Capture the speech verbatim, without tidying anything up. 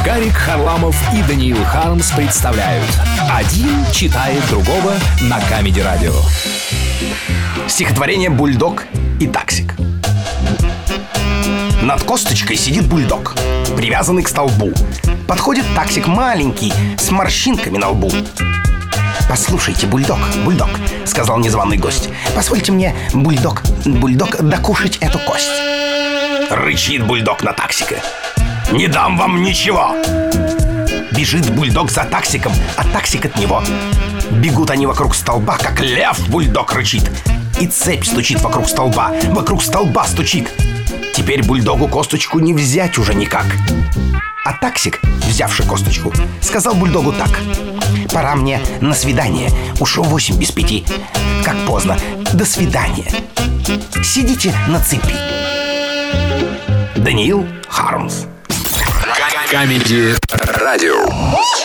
Гарик Харламов и Даниил Хармс представляют «Один читает другого» на Камеди Радио. Стихотворение «Бульдог и таксик». Над косточкой сидит бульдог, привязанный к столбу. Подходит таксик маленький, с морщинками на лбу. «Послушайте, бульдог, бульдог», — сказал незваный гость, «позвольте мне, бульдог, бульдог, докушать эту кость». Рычит бульдог на таксика: «Не дам вам ничего!» Бежит бульдог за таксиком, а таксик от него. Бегут они вокруг столба, как лев бульдог рычит. И цепь стучит вокруг столба, вокруг столба стучит. Теперь бульдогу косточку не взять уже никак. А таксик, взявший косточку, сказал бульдогу так: «Пора мне на свидание, уж восемь без пяти. Как поздно, до свидания. Сидите на цепи». Даниил Хармс. Камеди Радио.